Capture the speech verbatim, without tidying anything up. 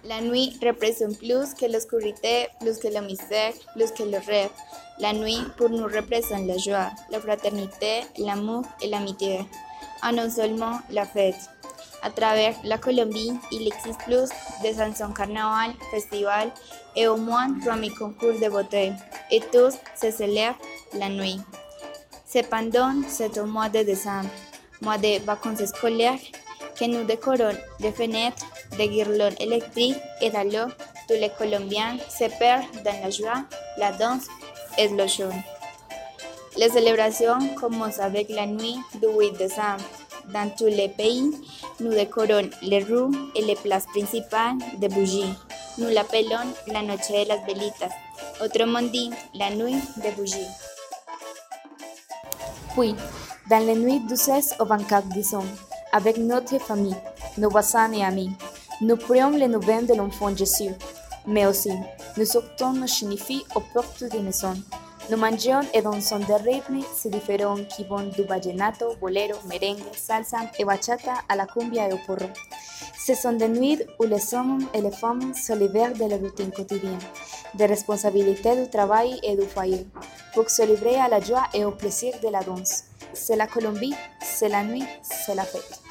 La nuit représente plus que l'obscurité, plus que le mystère, plus que le rêve. La nuit pour nous représente la joie, la fraternité, l'amour et l'amitié. Et non seulement la fête. À travers la Colombie, il existe plus de chansons carnaval, festivals et au moins trois mille concours de beauté. Et tous se célèbrent la nuit. Cependant, c'est au mois de décembre, mois de vacances scolaires, que nous décorons les fenêtres de guirlandes électriques et alors tous les Colombiens se perdent dans la joie, la danse et le chant. Les célébrations commencent avec la nuit du huit décembre. Dans tous les pays, nous décorons les rues et les places principales de bougies. Nous l'appelons la noche de las velitas, autrement dit la nuit des bougies. Puis, dans les nuits du seize au vingt-quatre décembre, avec notre famille, nos voisins et amis, nous prions les nouvelles de l'enfant Jésus, mais aussi nous sortons nos chenilles aux portes des maisons. Nous mangeons et dansons des rythmes si différents qui vont du vallenato, bolero, merengue, salsa et bachata à la cumbia et au porro. Ce sont des nuits où les hommes et les femmes se libèrent de la routine quotidienne, des responsabilités du travail et du foyer, pour se livrer à la joie et au plaisir de la danse. C'est la Colombie, c'est la nuit, c'est la fête.